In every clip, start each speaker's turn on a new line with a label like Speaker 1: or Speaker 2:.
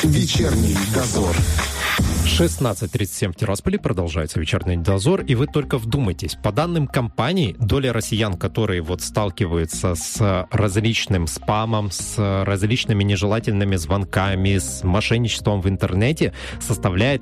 Speaker 1: Вечерний дозор.
Speaker 2: 16:37 в Тирасполе, продолжается вечерний дозор, и вы только вдумайтесь. По данным компании, доля россиян, которые сталкиваются с различным спамом, с различными нежелательными звонками, с мошенничеством в интернете, составляет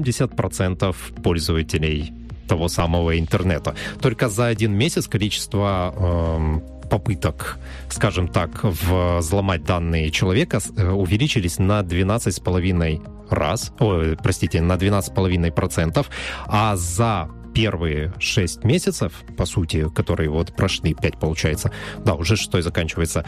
Speaker 2: 70% пользователей того самого интернета. Только за один месяц количество попыток, скажем так, взломать данные человека увеличились на 12,5 раз, на 12,5%, а за первые 6 месяцев, по сути, которые прошли, 5 получается, уже 6 заканчивается,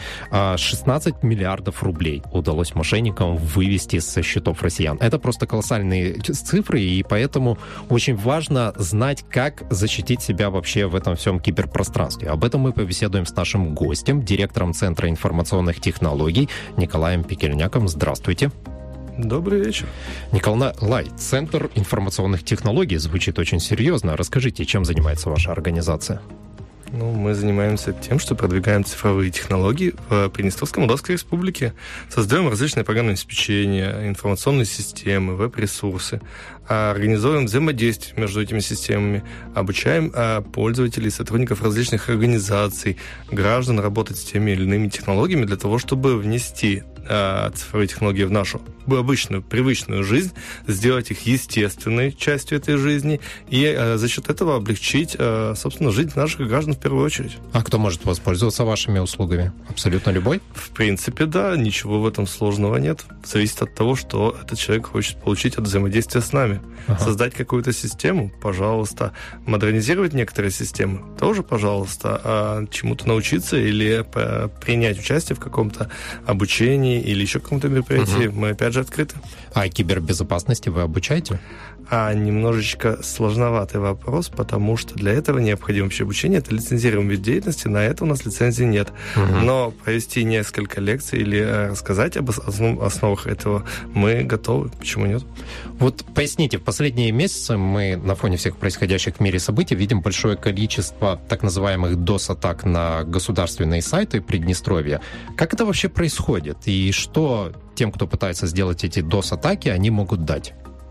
Speaker 2: 16 миллиардов рублей удалось мошенникам вывести со счетов россиян. Это просто колоссальные цифры, и поэтому очень важно знать, как защитить себя вообще в этом всем киберпространстве. Об этом мы побеседуем с нашим гостем, директором Центра информационных технологий Николаем Пекельняком. Здравствуйте.
Speaker 3: Добрый вечер.
Speaker 2: Николай, Центр информационных технологий звучит очень серьезно. Расскажите, чем занимается ваша организация?
Speaker 3: Мы занимаемся тем, что продвигаем цифровые технологии в Приднестровской Молдавской Республике. Создаем различные программные обеспечения, информационные системы, веб-ресурсы. Организуем взаимодействие между этими системами. Обучаем пользователей, сотрудников различных организаций, граждан работать с теми или иными технологиями для того, чтобы внести цифровые технологии в нашу обычную, привычную жизнь, сделать их естественной частью этой жизни и за счет этого облегчить, собственно, жизнь наших граждан в первую очередь.
Speaker 2: А кто может воспользоваться вашими услугами? Абсолютно любой?
Speaker 3: В принципе, да, ничего в этом сложного нет. Зависит от того, что этот человек хочет получить от взаимодействия с нами. Создать какую-то систему, пожалуйста. Модернизировать некоторые системы, тоже, пожалуйста. Чему-то научиться или принять участие в каком-то обучении или еще каком-то мероприятии, мы опять же открыты.
Speaker 2: А кибербезопасности вы обучаете?
Speaker 3: Немножечко сложноватый вопрос, потому что для этого необходимо вообще обучение. Это лицензируемый вид деятельности, на это у нас лицензии нет. Но провести несколько лекций или рассказать об основах этого мы готовы. Почему нет?
Speaker 2: Поясните, в последние месяцы мы на фоне всех происходящих в мире событий видим большое количество так называемых DOS-атак на государственные сайты Приднестровья. Как это вообще происходит? И что тем, кто пытается сделать эти DOS-атаки, они могут дать?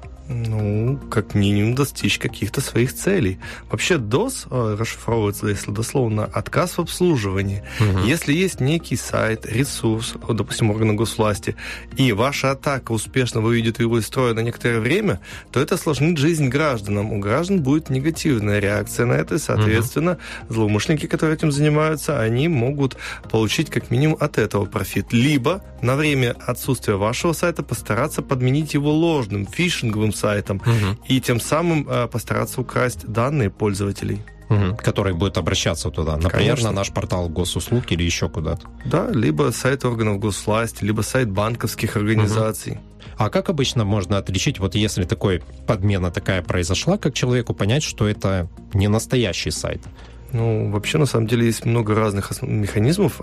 Speaker 3: Как минимум достичь каких-то своих целей. Вообще DOS расшифровывается, если дословно, отказ в обслуживании. Если есть некий сайт, ресурс, допустим, органа госвласти, и ваша атака успешно выведет его из строя на некоторое время, то это осложнит жизнь гражданам. У граждан будет негативная реакция на это, и, соответственно, злоумышленники, которые этим занимаются, они могут получить как минимум от этого профит. Либо на время отсутствия вашего сайта постараться подменить его ложным, фишинговым сайтом, и тем самым постараться украсть данные пользователей.
Speaker 2: Которые будут обращаться туда, например, конечно, на наш портал госуслуг или еще куда-то.
Speaker 3: Да, либо сайт органов госвласти, либо сайт банковских организаций.
Speaker 2: А как обычно можно отличить, если подмена такая произошла, как человеку понять, что это не настоящий сайт?
Speaker 3: Вообще, на самом деле, есть много разных механизмов.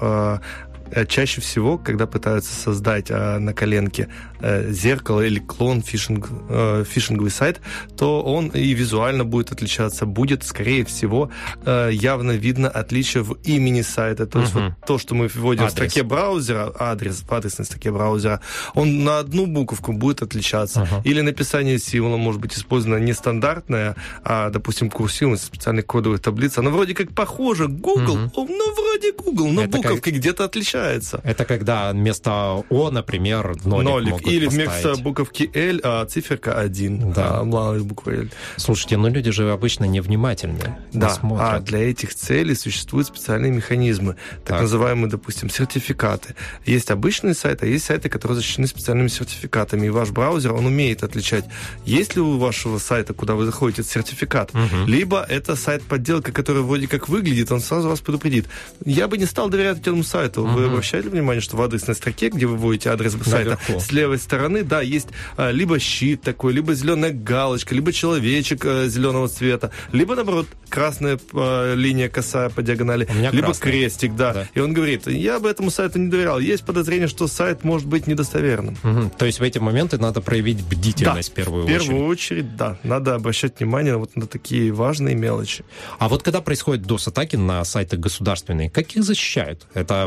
Speaker 3: Чаще всего, когда пытаются создать на коленке зеркало или клон фишинговый сайт, то он и визуально будет отличаться. Будет, скорее всего, явно видно отличие в имени сайта. То есть то, что мы вводим в строке браузера, в адресной строке браузера, он на одну буковку будет отличаться. Или написание символа может быть использовано нестандартное, а, допустим, курсивом, специальной кодовой таблицы. Оно вроде как похоже, Google, вроде Google, но буковки где-то отличаются.
Speaker 2: Это когда вместо О, например, нолик могут
Speaker 3: или
Speaker 2: поставить.
Speaker 3: вместо буковки L циферка 1. Малая буква L.
Speaker 2: Слушайте, люди же обычно невнимательны.
Speaker 3: Да, а для этих целей существуют специальные механизмы, так называемые, допустим, сертификаты. Есть обычные сайты, а есть сайты, которые защищены специальными сертификатами. И ваш браузер, он умеет отличать, есть ли у вашего сайта, куда вы заходите, сертификат, либо это сайт-подделка, который вроде как выглядит, он сразу вас предупредит. Я бы не стал доверять этому сайту. Вы обращали внимание, что в адресной строке, где вы вводите адрес сайта, с левой стороны, есть либо щит такой, либо зеленая галочка, либо человечек зеленого цвета, либо, наоборот, красная линия косая по диагонали, либо красный крестик, да. И он говорит, я бы этому сайту не доверял. Есть подозрение, что сайт может быть недостоверным.
Speaker 2: То есть в эти моменты надо проявить бдительность в первую очередь.
Speaker 3: В первую очередь, да. Надо обращать внимание на такие важные мелочи.
Speaker 2: А когда происходят DOS-атаки на сайты государственные, как их защищают? Это борьба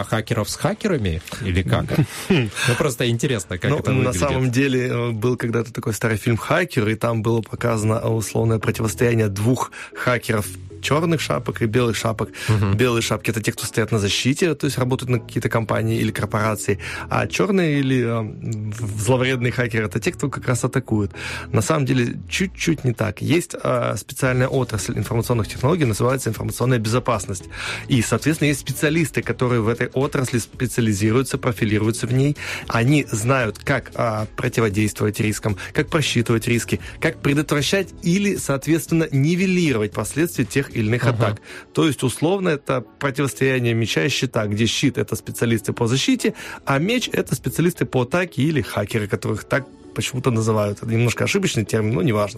Speaker 2: хакеров с хакерами? Или как? Ну, просто интересно, как это выглядит.
Speaker 3: На самом деле, был когда-то такой старый фильм «Хакер», и там было показано условное противостояние двух хакеров, черных шапок и белых шапок. Белые шапки — это те, кто стоят на защите, то есть работают на какие-то компании или корпорации, а черные или зловредные хакеры — это те, кто как раз атакует. На самом деле, чуть-чуть не так. Есть специальная отрасль информационных технологий, называется информационная безопасность. И, соответственно, есть специалисты, которые в этой отрасли специализируются, профилируются в ней. Они знают, как противодействовать рискам, как просчитывать риски, как предотвращать или, соответственно, нивелировать последствия тех или иных атак. То есть, условно, это противостояние меча и щита, где щит — это специалисты по защите, а меч — это специалисты по атаке или хакеры, которых так почему-то называют. Это немножко ошибочный термин, но неважно.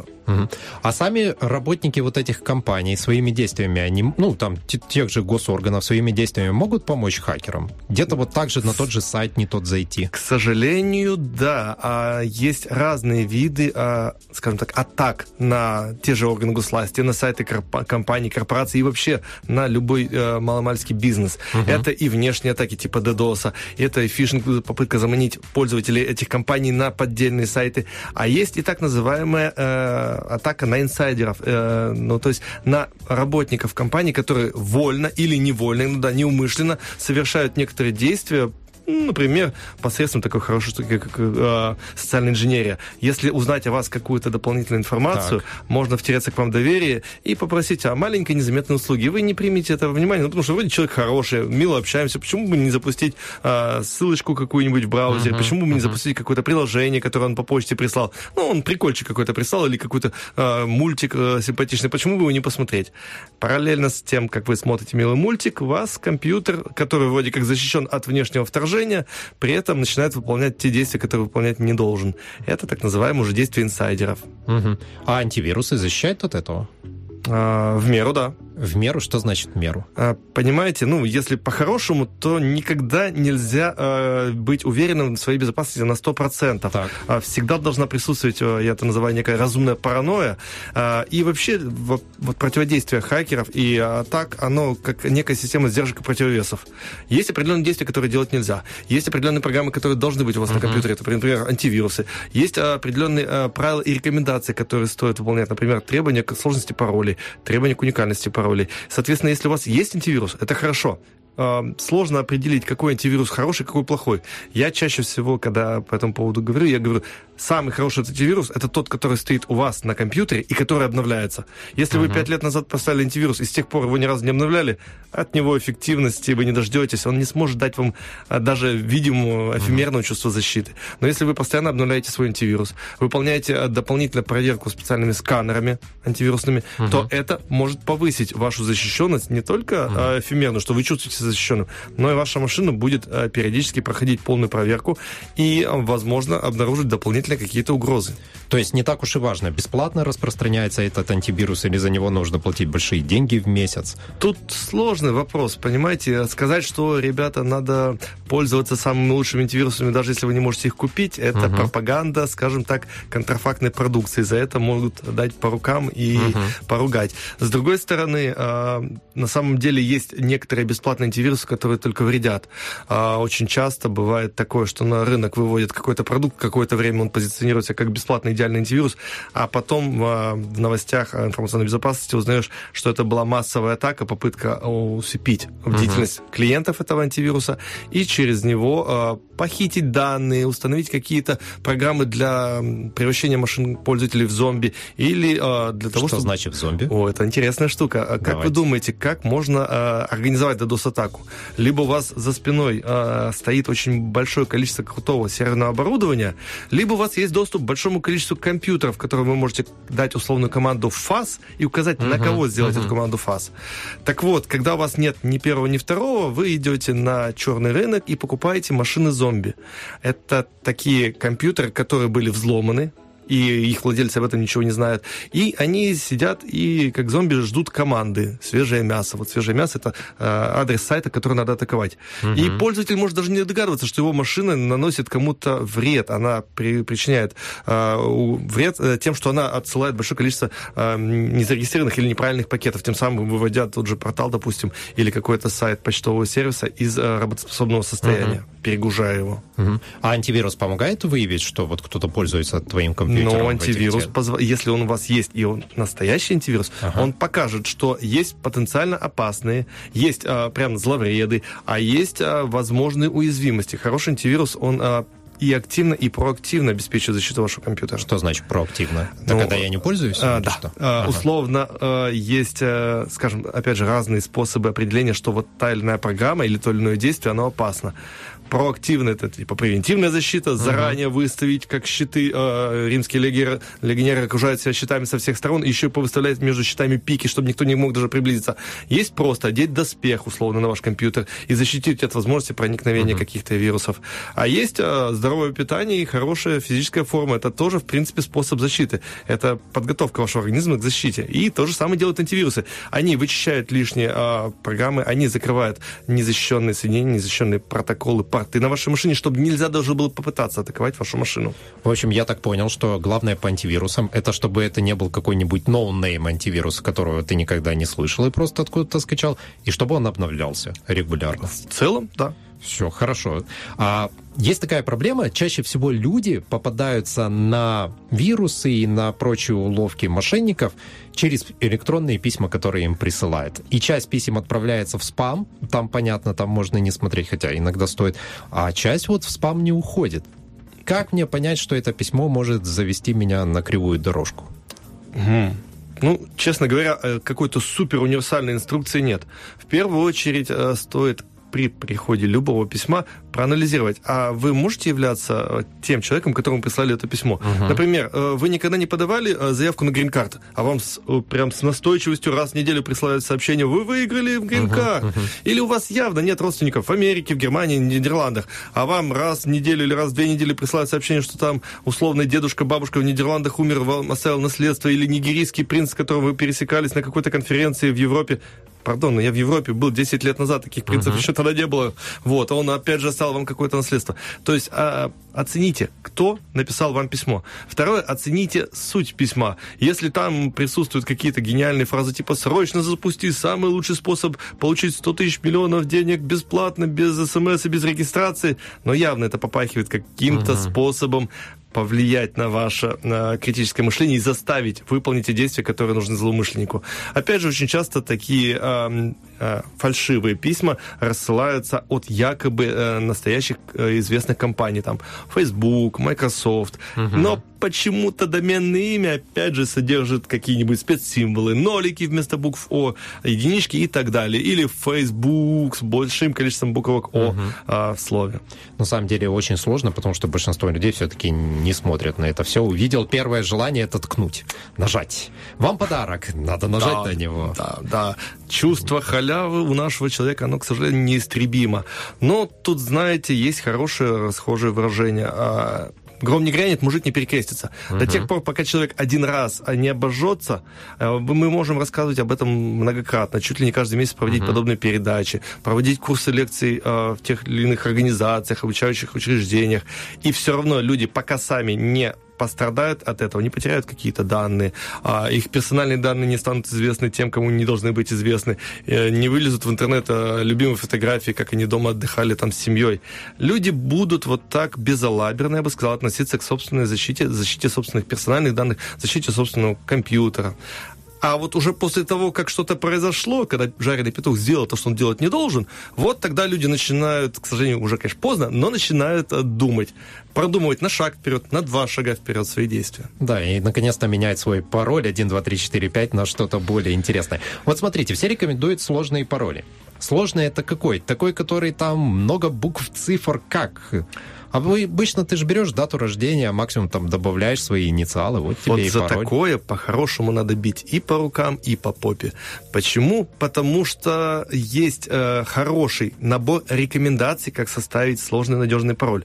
Speaker 2: А сами работники вот этих компаний своими действиями, они, тех же госорганов своими действиями могут помочь хакерам? Где-то вот так же на тот же сайт не тот зайти?
Speaker 3: К сожалению, да. Есть разные виды, скажем так, атак на те же органы госвласти, на сайты компаний, корпораций и вообще на любой маломальский бизнес. Это и внешние атаки типа DDoS, это и фишинг, попытка заманить пользователей этих компаний на поддельные сайты. А есть и так называемая атака на инсайдеров, то есть на работников компаний, которые вольно или невольно, неумышленно совершают некоторые действия, например, посредством такой хорошей штуки, как социальная инженерия. Если узнать о вас какую-то дополнительную информацию, можно втереться к вам в доверие и попросить о маленькой незаметной услуге. Вы не примете это во внимание, потому что вроде человек хороший, мило общаемся. Почему бы не запустить ссылочку какую-нибудь в браузере? Почему бы не запустить какое-то приложение, которое он по почте прислал? Он прикольчик какой-то прислал или какой-то мультик симпатичный. Почему бы его не посмотреть? Параллельно с тем, как вы смотрите милый мультик, у вас компьютер, который вроде как защищен от внешнего вторжения, при этом начинает выполнять те действия, которые выполнять не должен. Это так называемые уже действия инсайдеров.
Speaker 2: А антивирусы защищают от этого?
Speaker 3: В меру, да.
Speaker 2: В меру? Что значит в меру?
Speaker 3: Понимаете, если по-хорошему, то никогда нельзя быть уверенным в своей безопасности на 100%. Так. Всегда должна присутствовать, я это называю, некая разумная паранойя. И вообще противодействие хакеров и атак, оно как некая система сдержек и противовесов. Есть определенные действия, которые делать нельзя. Есть определенные программы, которые должны быть у вас на компьютере. Это, например, антивирусы. Есть определенные правила и рекомендации, которые стоит выполнять. Например, требования к сложности паролей, требования к уникальности паролей. Соответственно, если у вас есть антивирус, это хорошо. Сложно определить, какой антивирус хороший, какой плохой. Я чаще всего, когда по этому поводу говорю, я говорю, самый хороший антивирус — это тот, который стоит у вас на компьютере и который обновляется. Если вы 5 лет назад поставили антивирус и с тех пор его ни разу не обновляли, от него эффективности вы не дождетесь, он не сможет дать вам даже видимое эфемерное чувство защиты. Но если вы постоянно обновляете свой антивирус, выполняете дополнительную проверку специальными сканерами антивирусными, то это может повысить вашу защищенность не только эфемерную, что вы чувствуете защищенным, но и ваша машина будет периодически проходить полную проверку и, возможно, обнаружить дополнительные какие-то угрозы.
Speaker 2: То есть не так уж и важно, бесплатно распространяется этот антивирус или за него нужно платить большие деньги в месяц?
Speaker 3: Тут сложный вопрос, понимаете. Сказать, что, ребята, надо пользоваться самыми лучшими антивирусами, даже если вы не можете их купить, это пропаганда, скажем так, контрафактной продукции. За это могут дать по рукам и поругать. С другой стороны, на самом деле есть некоторые бесплатные антивирусы, которые только вредят. Очень часто бывает такое, что на рынок выводят какой-то продукт, какое-то время он позиционируется как бесплатный идеальный антивирус, а потом в новостях информационной безопасности узнаешь, что это была массовая атака, попытка усыпить бдительность клиентов этого антивируса и через него похитить данные, установить какие-то программы для превращения машин пользователей в зомби или для того,
Speaker 2: что значит зомби?
Speaker 3: Это интересная штука. Как вы думаете, как можно организовать DDoS-атаку? Либо у вас за спиной стоит очень большое количество крутого серверного оборудования, либо у вас есть доступ к большому количеству компьютеров, в которые вы можете дать условную команду FAS и указать, на кого сделать эту команду FAS. Так вот, когда у вас нет ни первого, ни второго, вы идете на черный рынок и покупаете машины зомби. Это такие компьютеры, которые были взломаны, и их владельцы об этом ничего не знают. И они сидят и как зомби ждут команды. Свежее мясо. Вот свежее мясо — это адрес сайта, который надо атаковать. И пользователь может даже не догадываться, что его машина наносит кому-то вред. Она причиняет вред тем, что она отсылает большое количество незарегистрированных или неправильных пакетов, тем самым выводя тот же портал, допустим, или какой-то сайт почтового сервиса из работоспособного состояния, перегружая его.
Speaker 2: А антивирус помогает выявить, что вот кто-то пользуется твоим компьютером?
Speaker 3: Но антивирус, если он у вас есть, и он настоящий антивирус, он покажет, что есть потенциально опасные, есть прям зловреды, а есть возможные уязвимости. Хороший антивирус, он и активно, и проактивно обеспечивает защиту вашего компьютера.
Speaker 2: Что значит проактивно? Это когда я не пользуюсь?
Speaker 3: Да. Условно, есть, скажем, опять же, разные способы определения, что вот та или иная программа или то или иное действие, оно опасно. Проактивно — это типа превентивная защита, заранее выставить, как щиты. Римские легионеры окружают себя щитами со всех сторон, еще и повыставлять между щитами пики, чтобы никто не мог даже приблизиться. Есть просто одеть доспех, условно, на ваш компьютер и защитить от возможности проникновения каких-то вирусов. А есть здоровое питание и хорошая физическая форма. Это тоже, в принципе, способ защиты. Это подготовка вашего организма к защите. И то же самое делают антивирусы. Они вычищают лишние программы, они закрывают незащищенные соединения, незащищенные протоколы, порты на вашей машине, чтобы нельзя даже было попытаться атаковать вашу машину.
Speaker 2: В общем, я так понял, что главное по антивирусам — это чтобы это не был какой-нибудь no-name антивирус, которого ты никогда не слышал и просто откуда-то скачал, и чтобы он обновлялся регулярно.
Speaker 3: В целом, да.
Speaker 2: Все, хорошо. Есть такая проблема, чаще всего люди попадаются на вирусы и на прочие уловки мошенников через электронные письма, которые им присылают. И часть писем отправляется в спам, там, понятно, там можно не смотреть, хотя иногда стоит, а часть вот в спам не уходит. Как мне понять, что это письмо может завести меня на кривую дорожку?
Speaker 3: Ну, честно говоря, какой-то супер универсальной инструкции нет. В первую очередь стоит при приходе любого письма проанализировать, а вы можете являться тем человеком, которому прислали это письмо. Например, вы никогда не подавали заявку на грин-карт, а вам прям с настойчивостью раз в неделю присылают сообщение: вы выиграли в грин-карт. Или у вас явно нет родственников в Америке, в Германии, в Нидерландах, а вам раз в неделю или раз в 2 недели присылают сообщение, что там условный дедушка, бабушка в Нидерландах умер, вам оставил наследство, или нигерийский принц, с которым вы пересекались на какой-то конференции в Европе. Пардон, но я в Европе был 10 лет назад, таких принцев еще тогда не было. Вот, он опять же оставил вам какое-то наследство. То есть оцените, кто написал вам письмо. Второе, оцените суть письма. Если там присутствуют какие-то гениальные фразы типа «срочно запусти, самый лучший способ получить 100 тысяч миллионов денег бесплатно, без смс и без регистрации», но явно это попахивает каким-то способом повлиять на ваше критическое мышление и заставить выполнить те действия, которые нужны злоумышленнику. Опять же, очень часто такие фальшивые письма рассылаются от якобы настоящих известных компаний, там Facebook, Microsoft, но почему-то доменное имя, опять же, содержит какие-нибудь спецсимволы, нолики вместо букв О, единички и так далее. Или Facebook с большим количеством буквок О в слове.
Speaker 2: На самом деле очень сложно, потому что большинство людей все-таки не смотрят на это все. Увидел первое желание — это ткнуть, нажать. Вам подарок, надо нажать на него.
Speaker 3: Да. Чувство халявы у нашего человека, оно, к сожалению, неистребимо. Но тут, знаете, есть хорошее расхожее выражение. Гром не грянет, мужик не перекрестится. До тех пор, пока человек один раз не обожжется, мы можем рассказывать об этом многократно, чуть ли не каждый месяц проводить подобные передачи, проводить курсы лекций в тех или иных организациях, обучающих учреждениях. И все равно люди, пока сами не пострадают от этого, не потеряют какие-то данные, их персональные данные не станут известны тем, кому не должны быть известны, не вылезут в интернет любимые фотографии, как они дома отдыхали там с семьей. Люди будут вот так безалаберно, я бы сказал, относиться к собственной защите собственных персональных данных, защите собственного компьютера. А вот уже после того, как что-то произошло, когда жареный петух сделал то, что он делать не должен, вот тогда люди начинают, к сожалению, уже, конечно, поздно, но начинают продумывать на шаг вперед, на 2 шага вперед свои действия.
Speaker 2: Да, и наконец-то менять свой пароль 1, 2, 3, 4, 5 на что-то более интересное. Вот смотрите, все рекомендуют сложные пароли. Сложный — это какой? Такой, который там много букв, цифр, как? А обычно ты же берешь дату рождения, максимум там добавляешь свои инициалы, вот тебе
Speaker 3: вот
Speaker 2: и
Speaker 3: за
Speaker 2: пароль.
Speaker 3: Такое по-хорошему надо бить и по рукам, и по попе. Почему? Потому что есть хороший набор рекомендаций, как составить сложный надежный пароль.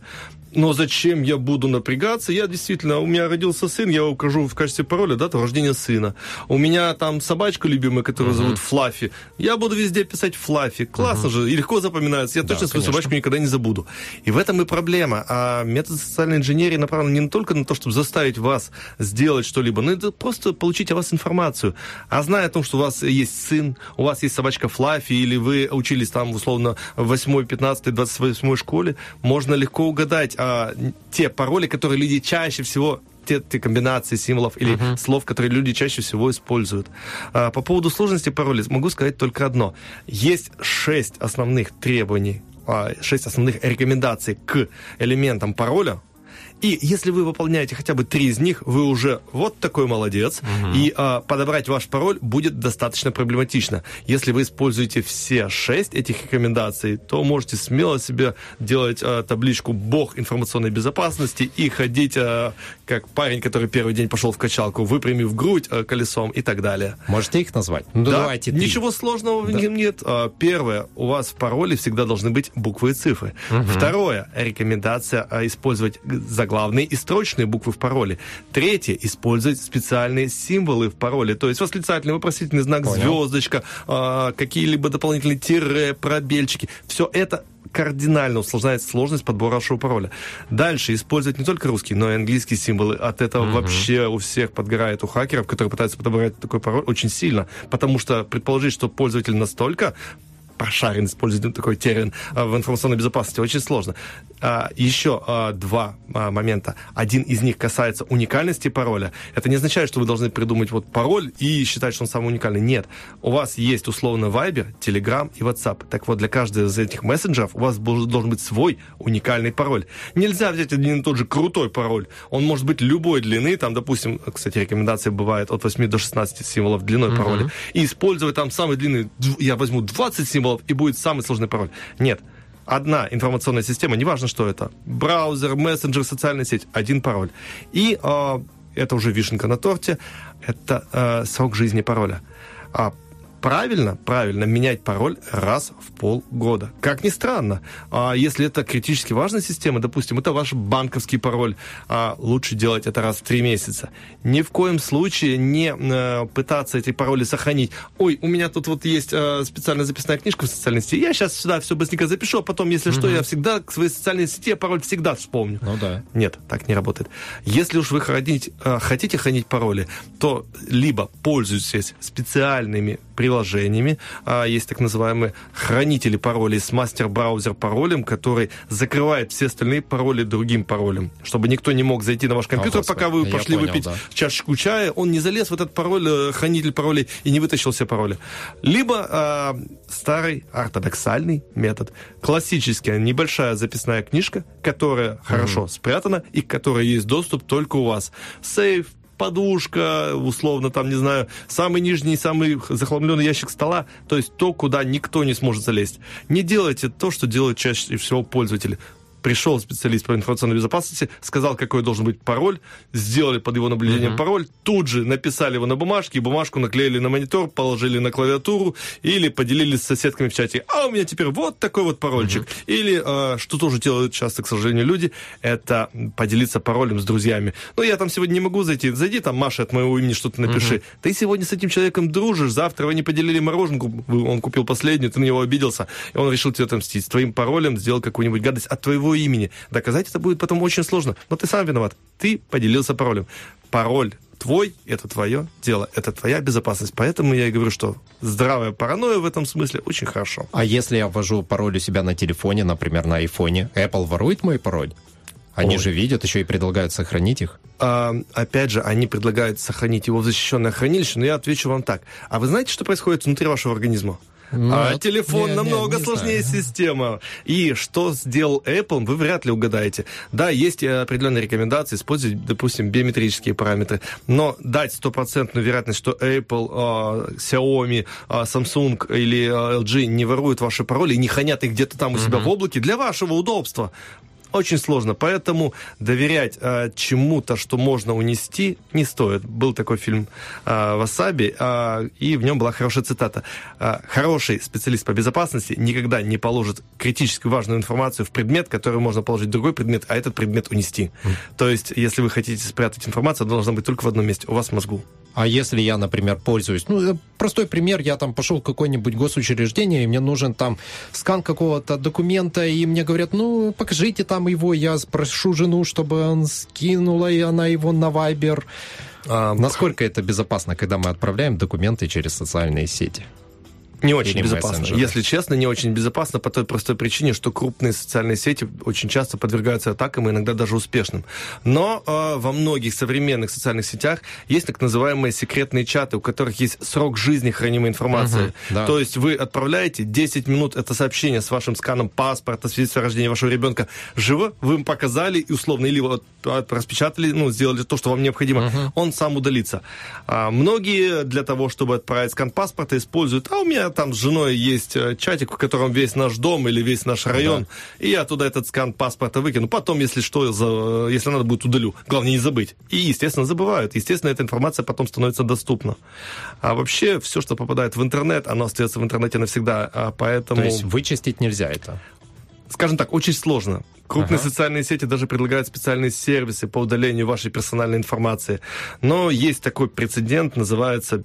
Speaker 3: Но зачем я буду напрягаться? Я действительно, у меня родился сын, я его укажу в качестве пароля, дату рождения сына. У меня там собачка любимая, которую зовут Флаффи. Я буду везде писать Флаффи. Классно же, и легко запоминается. Я точно свою собачку никогда не забуду. И в этом и проблема. А метод социальной инженерии направлен не только на то, чтобы заставить вас сделать что-либо, но это просто получить о вас информацию. А зная о том, что у вас есть сын, у вас есть собачка Флаффи, или вы учились там, условно, в 8, 15, 28 школе, можно легко угадать те пароли, которые люди чаще всего, те комбинации символов или слов, которые люди чаще всего используют. По поводу сложности паролей могу сказать только одно. Есть 6 основных требований, 6 основных рекомендаций к элементам пароля. И если вы выполняете хотя бы 3 из них, вы уже вот такой молодец. И подобрать ваш пароль будет достаточно проблематично. Если вы используете все 6 этих рекомендаций, то можете смело себе делать табличку «Бог информационной безопасности» и ходить как парень, который первый день пошел в качалку, выпрямив грудь колесом и так далее.
Speaker 2: Можете их назвать?
Speaker 3: Ну, да, давайте 3. Ничего сложного в них нет. Первое, у вас в пароле всегда должны быть буквы и цифры. Второе, рекомендация использовать заглавные и строчные буквы в пароле. Третье, использовать специальные символы в пароле, то есть восклицательный, вопросительный знак, звездочка, какие-либо дополнительные тире, пробельчики. Все это кардинально усложняет сложность подбора вашего пароля. Дальше использовать не только русские, но и английские символы. От этого вообще у всех подгорает, у хакеров, которые пытаются подобрать такой пароль, очень сильно, потому что предположить, что пользователь настолько прошарен, использует такой термин в информационной безопасности, очень сложно. Еще 2 момента. Один из них касается уникальности пароля. Это не означает, что вы должны придумать вот пароль и считать, что он самый уникальный. Нет. У вас есть условно Viber, Telegram и WhatsApp. Так вот, для каждого из этих мессенджеров у вас должен быть свой уникальный пароль. Нельзя взять один и тот же крутой пароль. Он может быть любой длины. Там, допустим, кстати, рекомендация бывает от 8 до 16 символов длиной пароля. И использовать там самый длинный, я возьму 20 символов, и будет самый сложный пароль. Нет. Одна информационная система, неважно, что это. Браузер, мессенджер, социальная сеть. Один пароль. И это уже вишенка на торте. Это срок жизни пароля. Правильно менять пароль раз в полгода. Как ни странно, если это критически важная система, допустим, это ваш банковский пароль, лучше делать это раз в 3 месяца. Ни в коем случае не пытаться эти пароли сохранить. Ой, у меня тут вот есть специальная записная книжка в социальной сети, я сейчас сюда все быстренько запишу, а потом, если что, я всегда к своей социальной сети пароль всегда вспомню.
Speaker 2: Ну да.
Speaker 3: Нет, так не работает. Если уж вы хотите хранить пароли, то либо пользуйтесь специальными приложениями. Есть так называемые хранители паролей с мастер-браузер паролем, который закрывает все остальные пароли другим паролем, чтобы никто не мог зайти на ваш компьютер, пока вы пошли выпить чашечку чая, он не залез в этот пароль, хранитель паролей, и не вытащил все пароли. Либо старый ортодоксальный метод. Классическая небольшая записная книжка, которая хорошо спрятана и к которой есть доступ только у вас. Сейф, подушка, условно, там, не знаю, самый нижний, самый захламленный ящик стола, то есть то, куда никто не сможет залезть. Не делайте то, что делают чаще всего пользователи. Пришел специалист по информационной безопасности, сказал, какой должен быть пароль, сделали под его наблюдением пароль, тут же написали его на бумажке, и бумажку наклеили на монитор, положили на клавиатуру или поделились с соседками в чате. А у меня теперь вот такой вот парольчик. Или, что тоже делают часто, к сожалению, люди, это поделиться паролем с друзьями. Ну, я там сегодня не могу зайти. Зайди там, Маша, от моего имени что-то напиши. Ты сегодня с этим человеком дружишь, завтра вы не поделили мороженку, он купил последнюю, ты на него обиделся, и он решил тебе отомстить. С твоим паролем сделал какую-нибудь гадость от твоего имени. Доказать это будет потом очень сложно. Но ты сам виноват. Ты поделился паролем. Пароль твой, это твое дело, это твоя безопасность. Поэтому я и говорю, что здравая паранойя в этом смысле очень хорошо.
Speaker 2: А если я ввожу пароль у себя на телефоне, например, на айфоне, Apple ворует мой пароль? Они же видят, еще и предлагают сохранить их.
Speaker 3: Опять же, они предлагают сохранить его в защищенное хранилище, но я отвечу вам так. А вы знаете, что происходит внутри вашего организма? Телефон намного сложнее система. И что сделал Apple, вы вряд ли угадаете. Да, есть определенные рекомендации использовать, допустим, биометрические параметры, но дать стопроцентную вероятность, что Apple, Xiaomi, Samsung или LG не воруют ваши пароли и не хранят их где-то там у себя в облаке для вашего удобства, Очень сложно, поэтому доверять чему-то, что можно унести, не стоит. Был такой фильм «Васаби», и в нем была хорошая цитата. Хороший специалист по безопасности никогда не положит критически важную информацию в предмет, который можно положить в другой предмет, а этот предмет унести. То есть, если вы хотите спрятать информацию, она должна быть только в одном месте, у вас в мозгу.
Speaker 2: А если я, например, пользуюсь... простой пример, я там пошел в какое-нибудь госучреждение, и мне нужен там скан какого-то документа, и мне говорят, покажите там его, я спрошу жену, чтобы он скинула, и она его на Viber. Насколько это безопасно, когда мы отправляем документы через социальные сети?
Speaker 3: Не очень безопасно. Если честно, не очень безопасно по той простой причине, что крупные социальные сети очень часто подвергаются атакам, и иногда даже успешным. Но во многих современных социальных сетях есть так называемые секретные чаты, у которых есть срок жизни хранимой информации.
Speaker 2: Да.
Speaker 3: То есть вы отправляете 10 минут это сообщение с вашим сканом паспорта, свидетельства о рождении вашего ребенка живо, вы им показали и условно, или вот распечатали, сделали то, что вам необходимо, он сам удалится. Многие для того, чтобы отправить скан паспорта, используют, у меня там с женой есть чатик, в котором весь наш дом или весь наш район, и я туда этот скан паспорта выкину. Потом, если надо будет, удалю. Главное, не забыть. И, естественно, забывают. Естественно, эта информация потом становится доступна. А вообще, все, что попадает в интернет, оно остается в интернете навсегда. Поэтому...
Speaker 2: То есть вычистить нельзя это?
Speaker 3: Скажем так, очень сложно. Крупные социальные сети даже предлагают специальные сервисы по удалению вашей персональной информации. Но есть такой прецедент, называется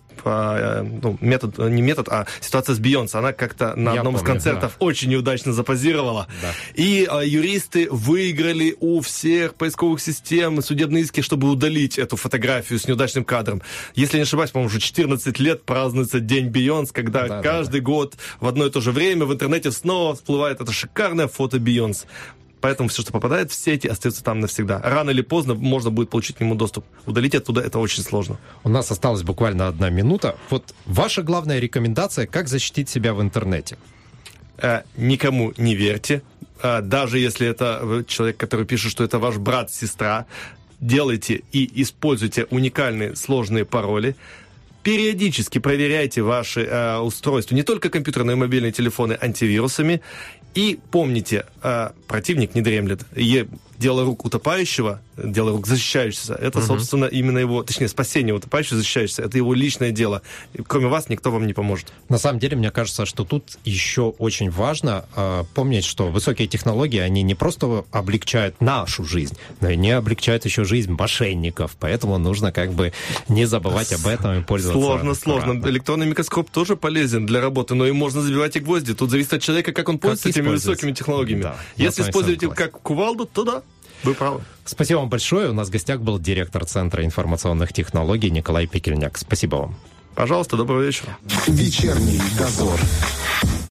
Speaker 3: ситуация с Бейонсе. Она как-то на одном из концертов очень неудачно запозировала. Да. И юристы выиграли у всех поисковых систем судебные иски, чтобы удалить эту фотографию с неудачным кадром. Если не ошибаюсь, по-моему, уже 14 лет празднуется День Бейонсе, когда каждый год в одно и то же время в интернете снова всплывает это шикарное фото Бейонсе. Поэтому все, что попадает в сети, остается там навсегда. Рано или поздно можно будет получить к нему доступ. Удалить оттуда это очень сложно.
Speaker 2: У нас осталась буквально 1 минута. Вот ваша главная рекомендация, как защитить себя в интернете?
Speaker 3: Никому не верьте. Даже если это человек, который пишет, что это ваш брат, сестра, делайте и используйте уникальные сложные пароли. Периодически проверяйте ваши устройства, не только компьютерные и мобильные телефоны, антивирусами. И помните, противник не дремлет. Дело рук утопающего, дело рук защищающегося, это, собственно, именно его, точнее, спасение утопающего, защищающегося, это его личное дело. И кроме вас никто вам не поможет.
Speaker 2: На самом деле, мне кажется, что тут еще очень важно помнить, что высокие технологии, они не просто облегчают нашу жизнь, но и они облегчают еще жизнь мошенников. Поэтому нужно не забывать об этом и пользоваться.
Speaker 3: Сложно. Электронный микроскоп тоже полезен для работы, но и можно забивать и гвозди. Тут зависит от человека, как он пользуется этими высокими технологиями. Да, если используете как кувалду, то да. Вы правы.
Speaker 2: Спасибо вам большое. У нас в гостях был директор Центра информационных технологий Николай Пекельняк. Спасибо вам.
Speaker 3: Пожалуйста, доброго вечера.
Speaker 1: Вечерний дозор.